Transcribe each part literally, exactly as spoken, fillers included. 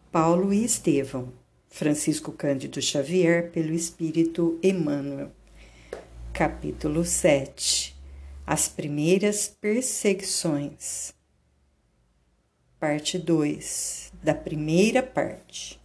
Paulo e Estevão, Francisco Cândido Xavier, pelo Espírito Emmanuel. Capítulo sete. As primeiras perseguições. Parte dois. Da primeira parte.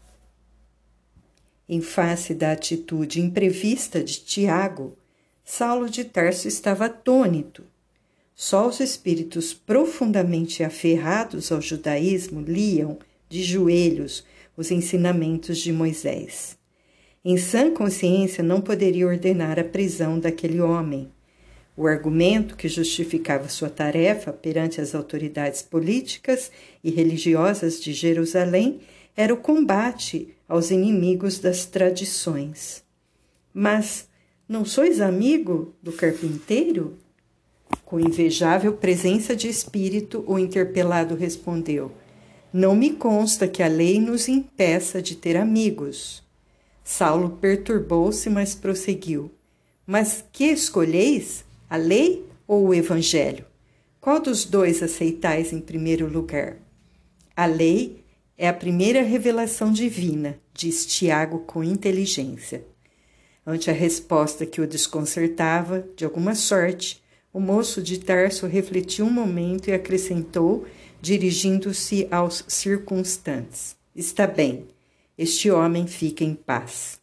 Em face da atitude imprevista de Tiago, Saulo de Tarso estava atônito. Só os espíritos profundamente aferrados ao judaísmo liam, de joelhos, os ensinamentos de Moisés. Em sã consciência, não poderia ordenar a prisão daquele homem. O argumento que justificava sua tarefa perante as autoridades políticas e religiosas de Jerusalém era o combate aos inimigos das tradições. Mas não sois amigo do carpinteiro? Com invejável presença de espírito, o interpelado respondeu: não me consta que a lei nos impeça de ter amigos. Saulo perturbou-se, mas prosseguiu: mas que escolheis? A lei ou o evangelho? Qual dos dois aceitais em primeiro lugar? A lei é a primeira revelação divina, diz Tiago com inteligência. Ante a resposta que o desconcertava, de alguma sorte, o moço de Tarso refletiu um momento e acrescentou, dirigindo-se aos circunstantes: está bem, este homem fica em paz.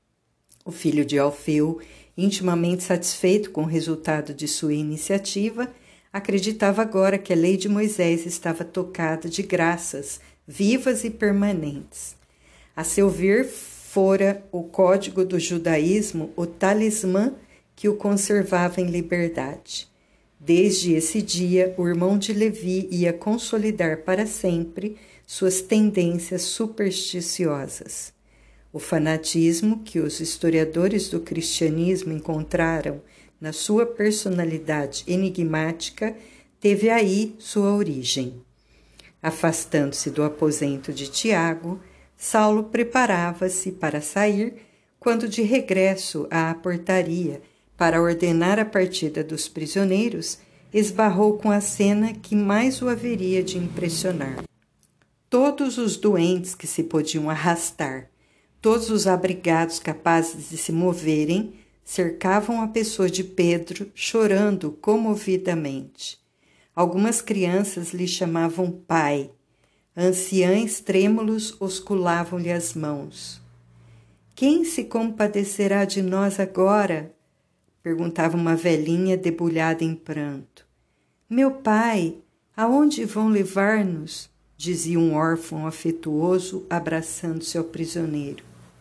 O filho de Alfeu, intimamente satisfeito com o resultado de sua iniciativa, acreditava agora que a lei de Moisés estava tocada de graças vivas e permanentes. A seu ver, fora o código do judaísmo o talismã que o conservava em liberdade. Desde esse dia, o irmão de Levi ia consolidar para sempre suas tendências supersticiosas. O fanatismo que os historiadores do cristianismo encontraram na sua personalidade enigmática teve aí sua origem. Afastando-se do aposento de Tiago, Saulo preparava-se para sair, quando de regresso à portaria para ordenar a partida dos prisioneiros, esbarrou com a cena que mais o haveria de impressionar. Todos os doentes que se podiam arrastar, todos os abrigados capazes de se moverem, cercavam a pessoa de Pedro, chorando comovidamente. Algumas crianças lhe chamavam pai. Anciães trêmulos osculavam-lhe as mãos. Quem se compadecerá de nós agora? Perguntava uma velhinha debulhada em pranto. Meu pai, aonde vão levar-nos? Dizia um órfão afetuoso, abraçando-se ao prisioneiro.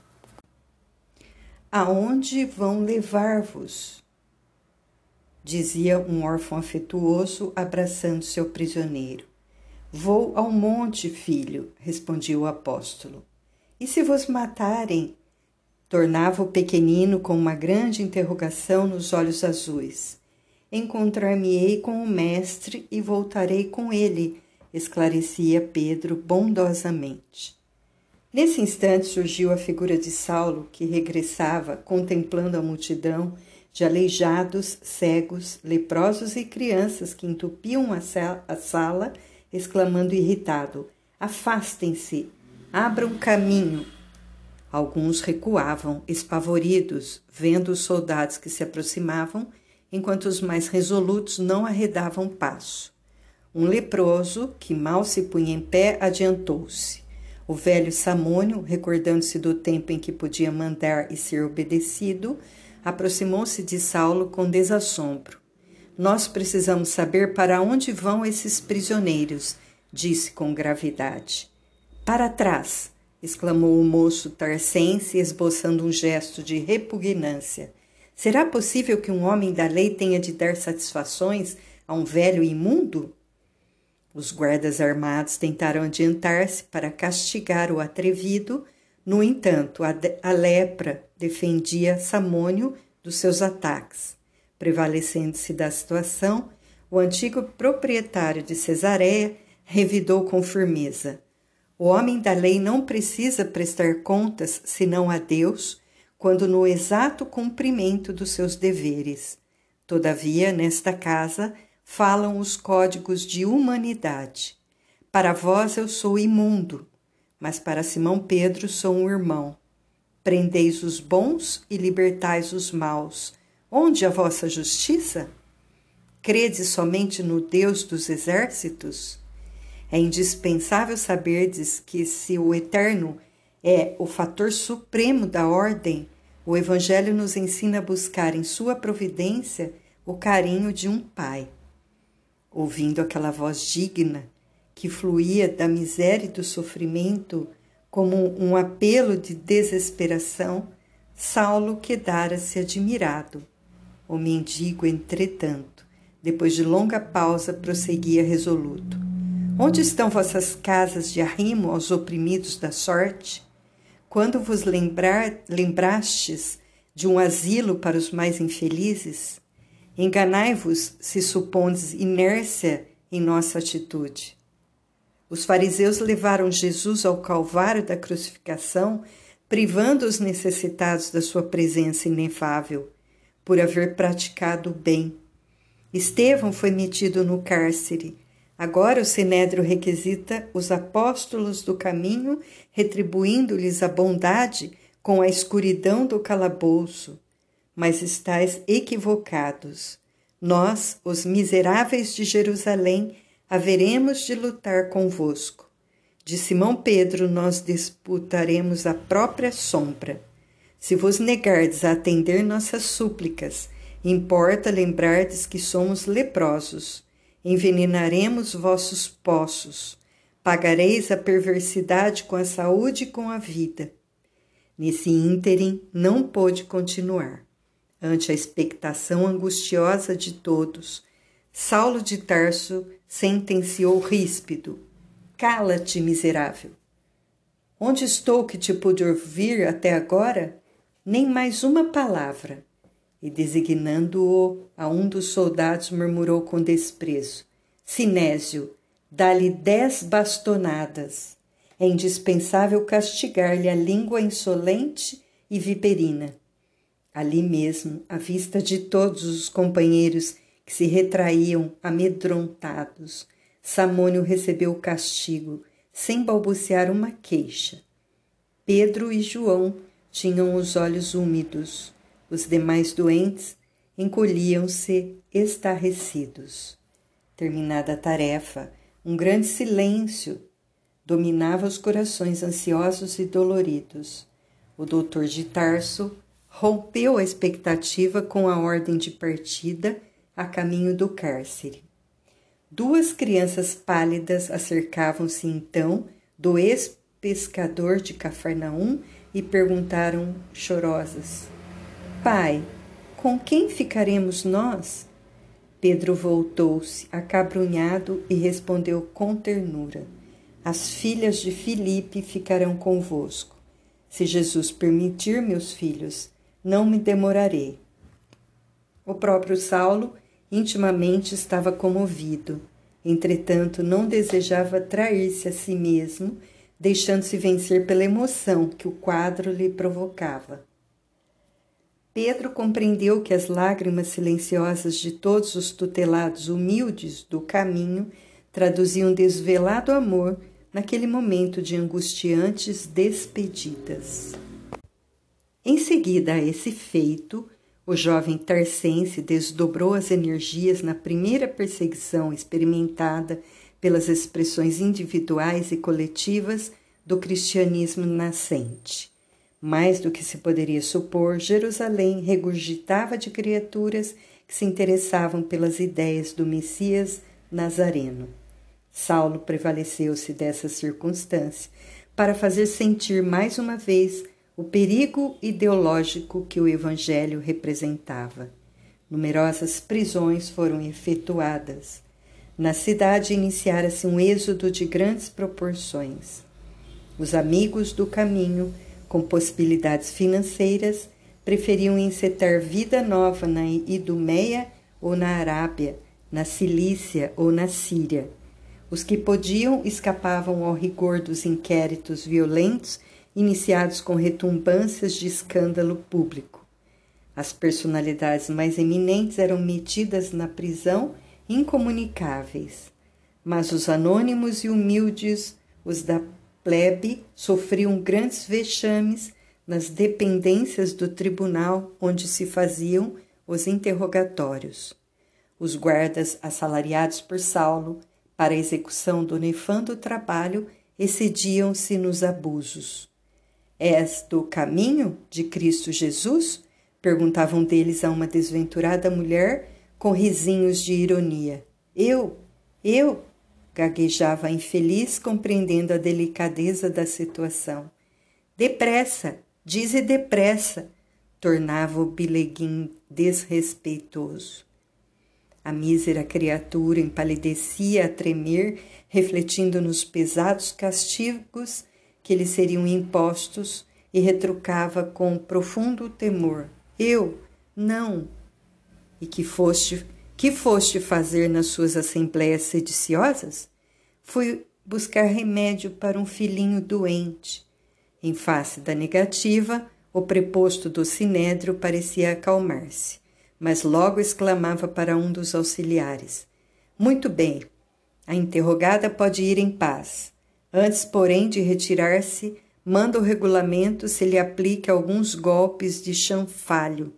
Aonde vão levar-vos? Dizia um órfão afetuoso, abraçando-se ao prisioneiro. Vou ao monte, filho, respondia o apóstolo. E se vos matarem? Tornava o pequenino com uma grande interrogação nos olhos azuis. Encontrar-me-ei com o mestre e voltarei com ele, esclarecia Pedro bondosamente. Nesse instante surgiu a figura de Saulo, que regressava, contemplando a multidão de aleijados, cegos, leprosos e crianças que entupiam a sala, exclamando irritado: afastem-se, abram caminho. Alguns recuavam, espavoridos, vendo os soldados que se aproximavam, enquanto os mais resolutos não arredavam passo. Um leproso, que mal se punha em pé, adiantou-se. O velho Samônio, recordando-se do tempo em que podia mandar e ser obedecido, aproximou-se de Saulo com desassombro. Nós precisamos saber para onde vão esses prisioneiros, disse com gravidade. Para trás! Exclamou o moço tarsense, esboçando um gesto de repugnância. Será possível que um homem da lei tenha de dar satisfações a um velho imundo? Os guardas armados tentaram adiantar-se para castigar o atrevido. No entanto, a, a lepra defendia Samônio dos seus ataques. Prevalecendo-se da situação, o antigo proprietário de Cesareia revidou com firmeza: o homem da lei não precisa prestar contas senão a Deus, quando no exato cumprimento dos seus deveres. Todavia, nesta casa, falam os códigos de humanidade. Para vós eu sou imundo, mas para Simão Pedro sou um irmão. Prendeis os bons e libertais os maus. Onde a vossa justiça? Credes somente no Deus dos exércitos? É indispensável saberdes que, se o Eterno é o fator supremo da ordem, o Evangelho nos ensina a buscar em sua providência o carinho de um pai. Ouvindo aquela voz digna, que fluía da miséria e do sofrimento como um apelo de desesperação, Saulo quedara-se admirado. O mendigo, entretanto, depois de longa pausa, prosseguia resoluto. Onde estão vossas casas de arrimo aos oprimidos da sorte? Quando vos lembrar, lembrastes de um asilo para os mais infelizes? Enganai-vos se supondes inércia em nossa atitude. Os fariseus levaram Jesus ao calvário da crucificação, privando os necessitados da sua presença inefável, por haver praticado o bem. Estevão foi metido no cárcere. Agora o Sinédrio requisita os apóstolos do caminho, retribuindo-lhes a bondade com a escuridão do calabouço. Mas estáis equivocados. Nós, os miseráveis de Jerusalém, haveremos de lutar convosco. De Simão Pedro nós disputaremos a própria sombra. Se vos negardes a atender nossas súplicas, importa lembrardes que somos leprosos. Envenenaremos vossos poços. Pagareis a perversidade com a saúde e com a vida. Nesse ínterim não pôde continuar. Ante a expectação angustiosa de todos, Saulo de Tarso sentenciou ríspido: Cala-te, miserável! Onde estou que te pude ouvir até agora? Nem mais uma palavra. E, designando-o a um dos soldados, murmurou com desprezo: Sinésio, dá-lhe dez bastonadas. É indispensável castigar-lhe a língua insolente e viperina. Ali mesmo, à vista de todos os companheiros que se retraíam amedrontados, Samônio recebeu o castigo, sem balbuciar uma queixa. Pedro e João tinham os olhos úmidos. Os demais doentes encolhiam-se estarrecidos. Terminada a tarefa, um grande silêncio dominava os corações ansiosos e doloridos. O doutor de Tarso rompeu a expectativa com a ordem de partida a caminho do cárcere. Duas crianças pálidas acercavam-se então do ex-pescador de Cafarnaum e perguntaram chorosas: Pai, com quem ficaremos nós? Pedro voltou-se, acabrunhado, e respondeu com ternura: As filhas de Filipe ficarão convosco. Se Jesus permitir, meus filhos, não me demorarei. O próprio Saulo intimamente estava comovido. Entretanto, não desejava trair-se a si mesmo, deixando-se vencer pela emoção que o quadro lhe provocava. Pedro compreendeu que as lágrimas silenciosas de todos os tutelados humildes do caminho traduziam desvelado amor naquele momento de angustiantes despedidas. Em seguida a esse feito, o jovem tarsense desdobrou as energias na primeira perseguição experimentada pelas expressões individuais e coletivas do cristianismo nascente. Mais do que se poderia supor, Jerusalém regurgitava de criaturas que se interessavam pelas ideias do Messias Nazareno. Saulo prevaleceu-se dessa circunstância para fazer sentir mais uma vez o perigo ideológico que o Evangelho representava. Numerosas prisões foram efetuadas. Na cidade iniciara-se um êxodo de grandes proporções. Os amigos do caminho, com possibilidades financeiras, preferiam encetar vida nova na Idumeia ou na Arábia, na Cilícia ou na Síria. Os que podiam escapavam ao rigor dos inquéritos violentos iniciados com retumbâncias de escândalo público. As personalidades mais eminentes eram metidas na prisão incomunicáveis, mas os anônimos e humildes, os da plebe sofriam grandes vexames nas dependências do tribunal onde se faziam os interrogatórios. Os guardas assalariados por Saulo para a execução do nefando trabalho excediam-se nos abusos. És do caminho de Cristo Jesus? Perguntavam deles a uma desventurada mulher com risinhos de ironia. Eu? Eu? Gaguejava a infeliz, compreendendo a delicadeza da situação. Depressa, dize depressa, tornava o bileguim desrespeitoso. A mísera criatura empalidecia a tremer, refletindo nos pesados castigos que lhe seriam impostos, e retrucava com profundo temor. Eu? Não. E que foste, que foste fazer nas suas assembleias sediciosas? Fui buscar remédio para um filhinho doente. Em face da negativa, o preposto do sinédrio parecia acalmar-se, mas logo exclamava para um dos auxiliares. Muito bem, a interrogada pode ir em paz. Antes, porém, de retirar-se, manda o regulamento se lhe aplique alguns golpes de chanfalho.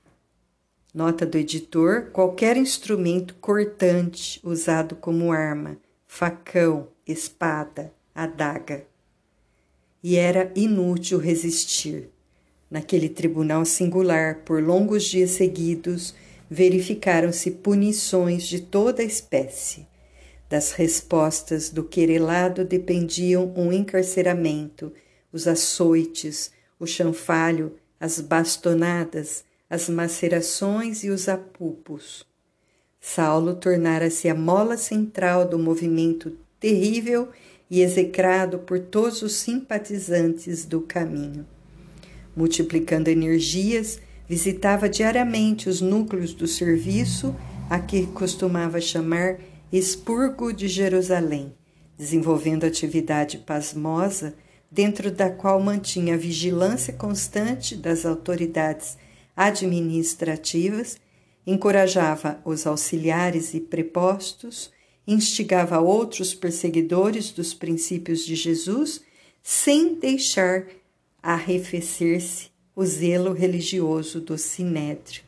Nota do editor: qualquer instrumento cortante usado como arma, facão, espada, adaga. E era inútil resistir. Naquele tribunal singular, por longos dias seguidos, verificaram-se punições de toda a espécie. Das respostas do querelado dependiam um encarceramento, os açoites, o chanfalho, as bastonadas, as macerações e os apupos. Saulo tornara-se a mola central do movimento terrível e execrado por todos os simpatizantes do caminho. Multiplicando energias, visitava diariamente os núcleos do serviço a que costumava chamar Expurgo de Jerusalém, desenvolvendo atividade pasmosa, dentro da qual mantinha a vigilância constante das autoridades administrativas, encorajava os auxiliares e prepostos, instigava outros perseguidores dos princípios de Jesus, sem deixar arrefecer-se o zelo religioso do sinédrio.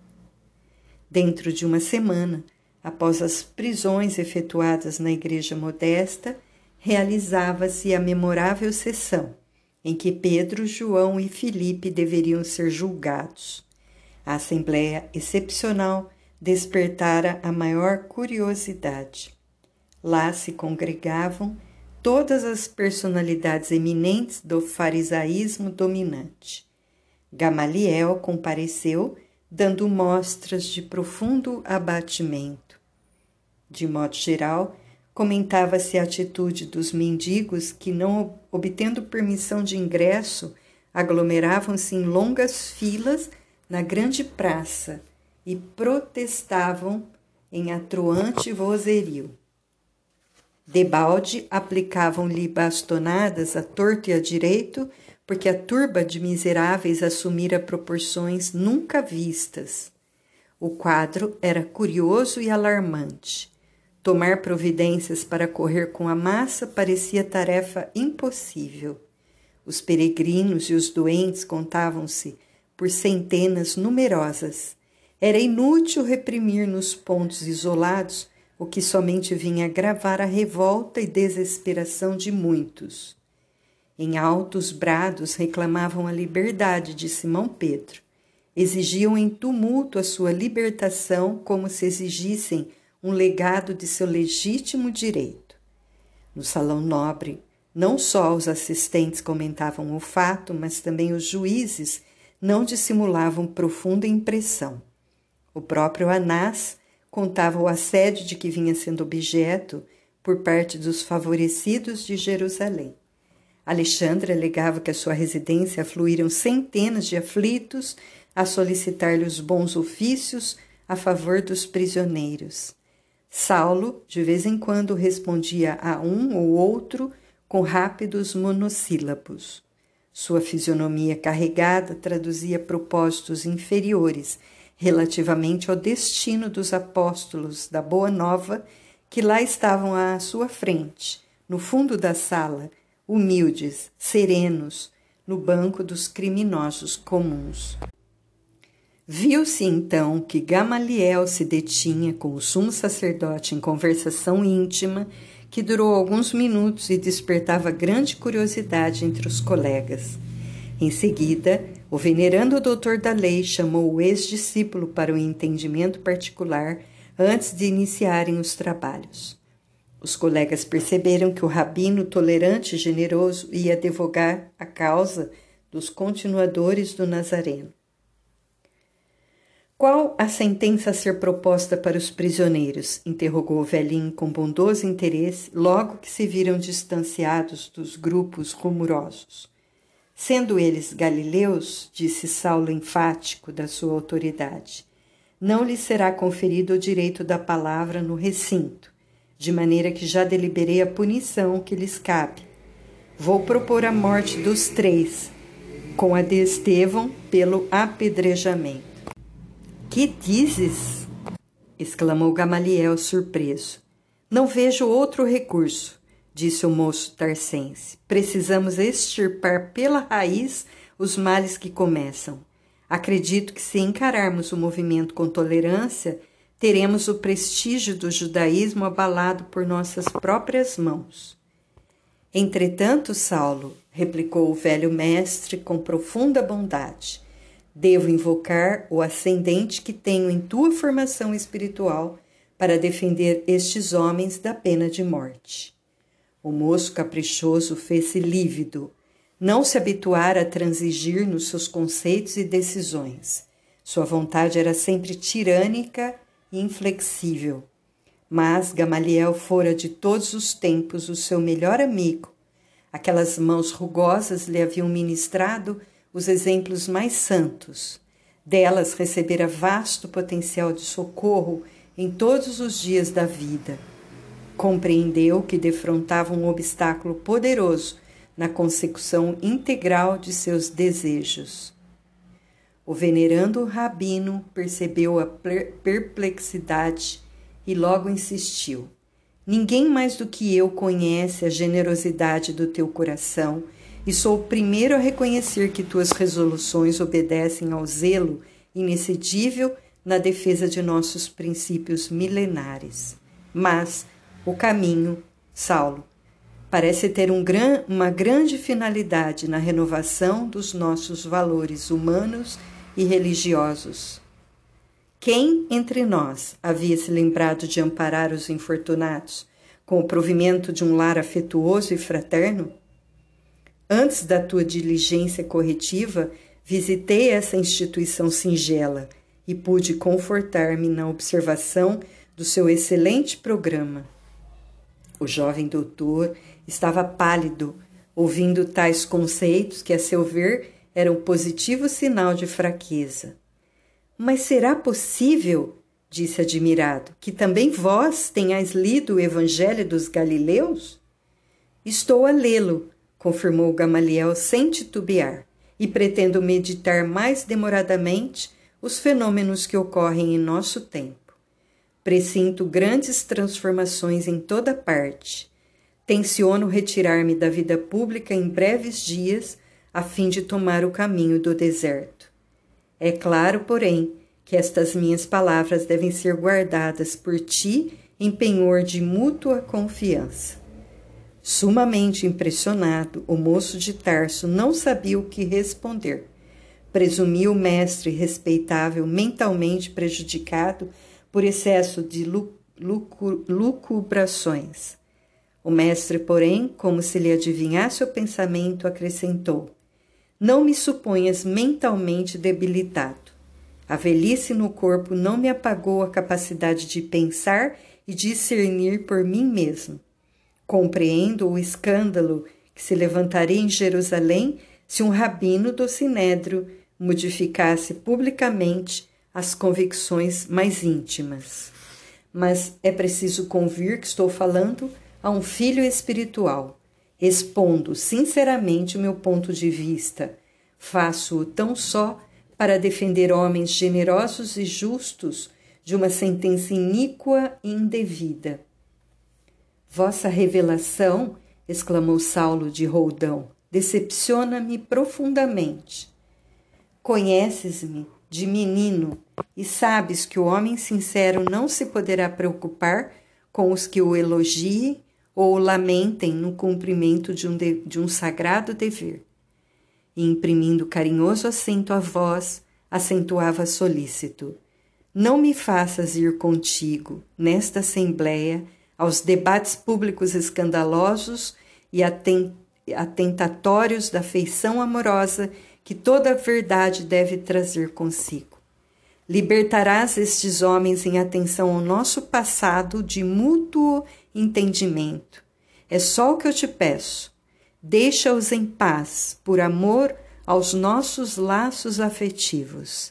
Dentro de uma semana, após as prisões efetuadas na igreja modesta, realizava-se a memorável sessão, em que Pedro, João e Filipe deveriam ser julgados. A assembleia excepcional despertara a maior curiosidade. Lá se congregavam todas as personalidades eminentes do farisaísmo dominante. Gamaliel compareceu, dando mostras de profundo abatimento. De modo geral, comentava-se a atitude dos mendigos que, não obtendo permissão de ingresso, aglomeravam-se em longas filas na grande praça e protestavam em atroante vozerio. Debalde aplicavam-lhe bastonadas à torto e à direito, porque a turba de miseráveis assumira proporções nunca vistas. O quadro era curioso e alarmante. Tomar providências para correr com a massa parecia tarefa impossível. Os peregrinos e os doentes contavam-se por centenas numerosas. Era inútil reprimir nos pontos isolados o que somente vinha agravar a revolta e desesperação de muitos. Em altos brados reclamavam a liberdade de Simão Pedro. Exigiam em tumulto a sua libertação, como se exigissem um legado de seu legítimo direito. No salão nobre, não só os assistentes comentavam o fato, mas também os juízes não dissimulavam profunda impressão. O próprio Anás contava o assédio de que vinha sendo objeto por parte dos favorecidos de Jerusalém. Alexandre alegava que à sua residência afluíram centenas de aflitos a solicitar-lhe os bons ofícios a favor dos prisioneiros. Saulo, de vez em quando, respondia a um ou outro com rápidos monossílabos. Sua fisionomia carregada traduzia propósitos inferiores relativamente ao destino dos apóstolos da Boa Nova que lá estavam à sua frente, no fundo da sala, humildes, serenos, no banco dos criminosos comuns. Viu-se então que Gamaliel se detinha com o sumo sacerdote em conversação íntima que durou alguns minutos e despertava grande curiosidade entre os colegas. Em seguida, o venerando doutor da lei chamou o ex-discípulo para um entendimento particular antes de iniciarem os trabalhos. Os colegas perceberam que o rabino tolerante e generoso ia advogar a causa dos continuadores do Nazareno. Qual a sentença a ser proposta para os prisioneiros? Interrogou o velhinho com bondoso interesse, logo que se viram distanciados dos grupos rumorosos. Sendo eles galileus, disse Saulo enfático da sua autoridade, não lhes será conferido o direito da palavra no recinto, de maneira que já deliberei a punição que lhes cabe. Vou propor a morte dos três, com a de Estevão pelo apedrejamento. Que dizes? Exclamou Gamaliel surpreso. Não vejo outro recurso, disse o moço tarsense. Precisamos extirpar pela raiz os males que começam. Acredito que se encararmos o movimento com tolerância, teremos o prestígio do judaísmo abalado por nossas próprias mãos. Entretanto, Saulo, replicou o velho mestre com profunda bondade, devo invocar o ascendente que tenho em tua formação espiritual para defender estes homens da pena de morte. O moço caprichoso fez-se lívido. Não se habituara a transigir nos seus conceitos e decisões. Sua vontade era sempre tirânica e inflexível. Mas Gamaliel fora de todos os tempos o seu melhor amigo. Aquelas mãos rugosas lhe haviam ministrado os exemplos mais santos. Delas recebera vasto potencial de socorro em todos os dias da vida. Compreendeu que defrontava um obstáculo poderoso na consecução integral de seus desejos. O venerando rabino percebeu a perplexidade e logo insistiu. Ninguém mais do que eu conhece a generosidade do teu coração e sou o primeiro a reconhecer que tuas resoluções obedecem ao zelo inexcedível na defesa de nossos princípios milenares. Mas o caminho, Saulo, parece ter um gran, uma grande finalidade na renovação dos nossos valores humanos e religiosos. Quem entre nós havia se lembrado de amparar os infortunados com o provimento de um lar afetuoso e fraterno? Antes da tua diligência corretiva, visitei essa instituição singela e pude confortar-me na observação do seu excelente programa. O jovem doutor estava pálido, ouvindo tais conceitos que, a seu ver, eram positivo sinal de fraqueza. Mas será possível, disse admirado, que também vós tenhais lido o Evangelho dos Galileus? Estou a lê-lo, confirmou Gamaliel sem titubear, e pretendo meditar mais demoradamente os fenômenos que ocorrem em nosso tempo. Presinto grandes transformações em toda parte. Tenciono retirar-me da vida pública em breves dias, a fim de tomar o caminho do deserto. É claro, porém, que estas minhas palavras devem ser guardadas por ti em penhor de mútua confiança. Sumamente impressionado, o moço de Tarso não sabia o que responder. Presumia o mestre respeitável mentalmente prejudicado por excesso de lucubrações. O mestre, porém, como se lhe adivinhasse o pensamento, acrescentou: não me suponhas mentalmente debilitado. A velhice no corpo não me apagou a capacidade de pensar e discernir por mim mesmo. Compreendo o escândalo que se levantaria em Jerusalém se um rabino do Sinédrio modificasse publicamente as convicções mais íntimas. Mas é preciso convir que estou falando a um filho espiritual. Expondo sinceramente o meu ponto de vista. Faço-o tão só para defender homens generosos e justos de uma sentença iníqua e indevida. Vossa revelação exclamou Saulo de Roldão. Decepciona-me profundamente. Conheces-me de menino e sabes que o homem sincero não se poderá preocupar com os que o elogiem ou o lamentem no cumprimento de um, de, de um sagrado dever. E, imprimindo carinhoso acento à voz, acentuava solícito. Não me faças ir contigo, nesta assembleia, aos debates públicos escandalosos e atentatórios da afeição amorosa que toda a verdade deve trazer consigo. Libertarás estes homens em atenção ao nosso passado de mútuo entendimento. É só o que eu te peço. Deixa-os em paz, por amor aos nossos laços afetivos.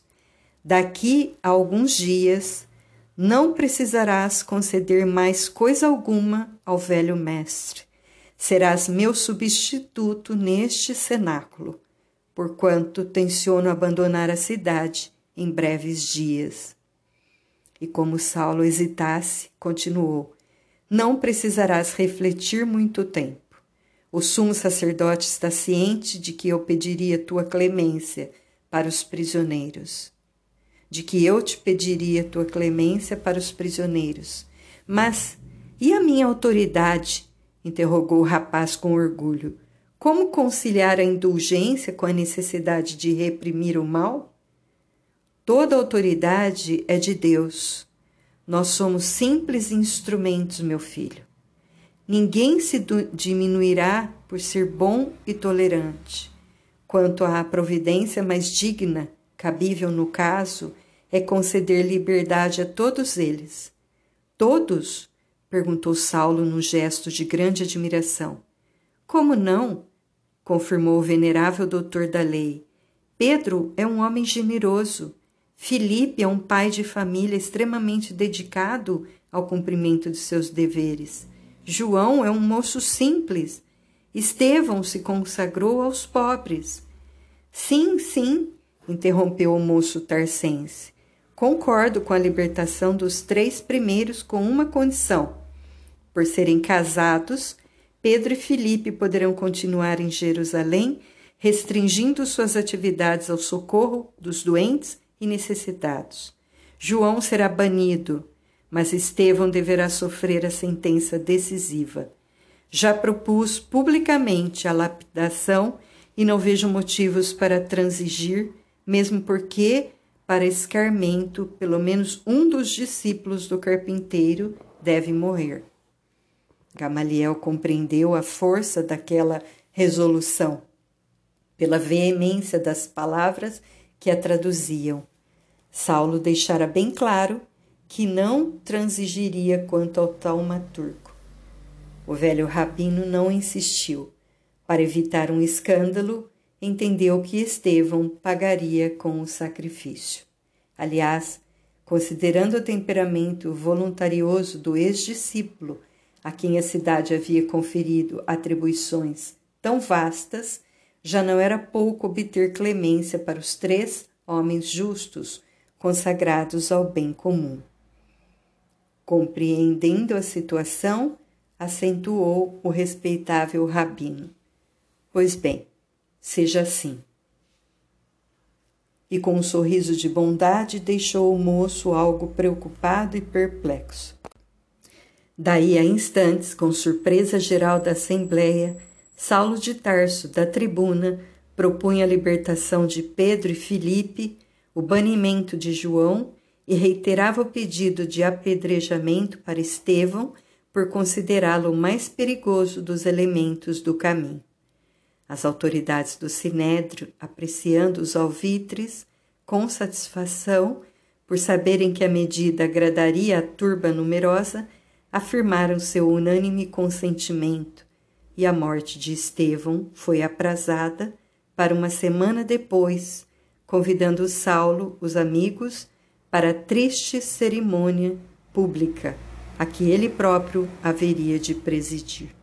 Daqui a alguns dias, não precisarás conceder mais coisa alguma ao velho mestre. Serás meu substituto neste cenáculo, porquanto tenciono abandonar a cidade em breves dias. E como Saulo hesitasse, continuou, não precisarás refletir muito tempo. O sumo sacerdote está ciente de que eu pediria tua clemência para os prisioneiros. De que eu te pediria tua clemência para os prisioneiros. Mas, e a minha autoridade? Interrogou o rapaz com orgulho. Como conciliar a indulgência com a necessidade de reprimir o mal? Toda autoridade é de Deus. Nós somos simples instrumentos, meu filho. Ninguém se diminuirá por ser bom e tolerante. Quanto à providência mais digna, cabível no caso, é conceder liberdade a todos eles. Todos? Perguntou Saulo num gesto de grande admiração. Como não? Confirmou o venerável doutor da lei. Pedro é um homem generoso. Filipe é um pai de família extremamente dedicado ao cumprimento de seus deveres. João é um moço simples. Estevão se consagrou aos pobres. Sim, sim, interrompeu o moço tarcense. Concordo com a libertação dos três primeiros com uma condição. Por serem casados, Pedro e Filipe poderão continuar em Jerusalém, restringindo suas atividades ao socorro dos doentes e necessitados. João será banido, mas Estevão deverá sofrer a sentença decisiva. Já propus publicamente a lapidação e não vejo motivos para transigir, mesmo porque, para escarmento, pelo menos um dos discípulos do carpinteiro deve morrer. Gamaliel compreendeu a força daquela resolução, pela veemência das palavras que a traduziam. Saulo deixara bem claro que não transigiria quanto ao taumaturgo. O velho rabino não insistiu. Para evitar um escândalo, entendeu que Estevão pagaria com o sacrifício. Aliás, considerando o temperamento voluntarioso do ex-discípulo, a quem a cidade havia conferido atribuições tão vastas, já não era pouco obter clemência para os três homens justos, consagrados ao bem comum. Compreendendo a situação, acentuou o respeitável rabino. Pois bem, seja assim. E com um sorriso de bondade deixou o moço algo preocupado e perplexo. Daí a instantes, com surpresa geral da assembleia, Saulo de Tarso, da tribuna, propunha a libertação de Pedro e Filipe, o banimento de João e reiterava o pedido de apedrejamento para Estevão por considerá-lo o mais perigoso dos elementos do caminho. As autoridades do Sinédrio, apreciando os alvitres, com satisfação, por saberem que a medida agradaria à turba numerosa, afirmaram seu unânime consentimento, e a morte de Estevão foi aprazada para uma semana depois, convidando Saulo, os amigos, para a triste cerimônia pública, a que ele próprio haveria de presidir.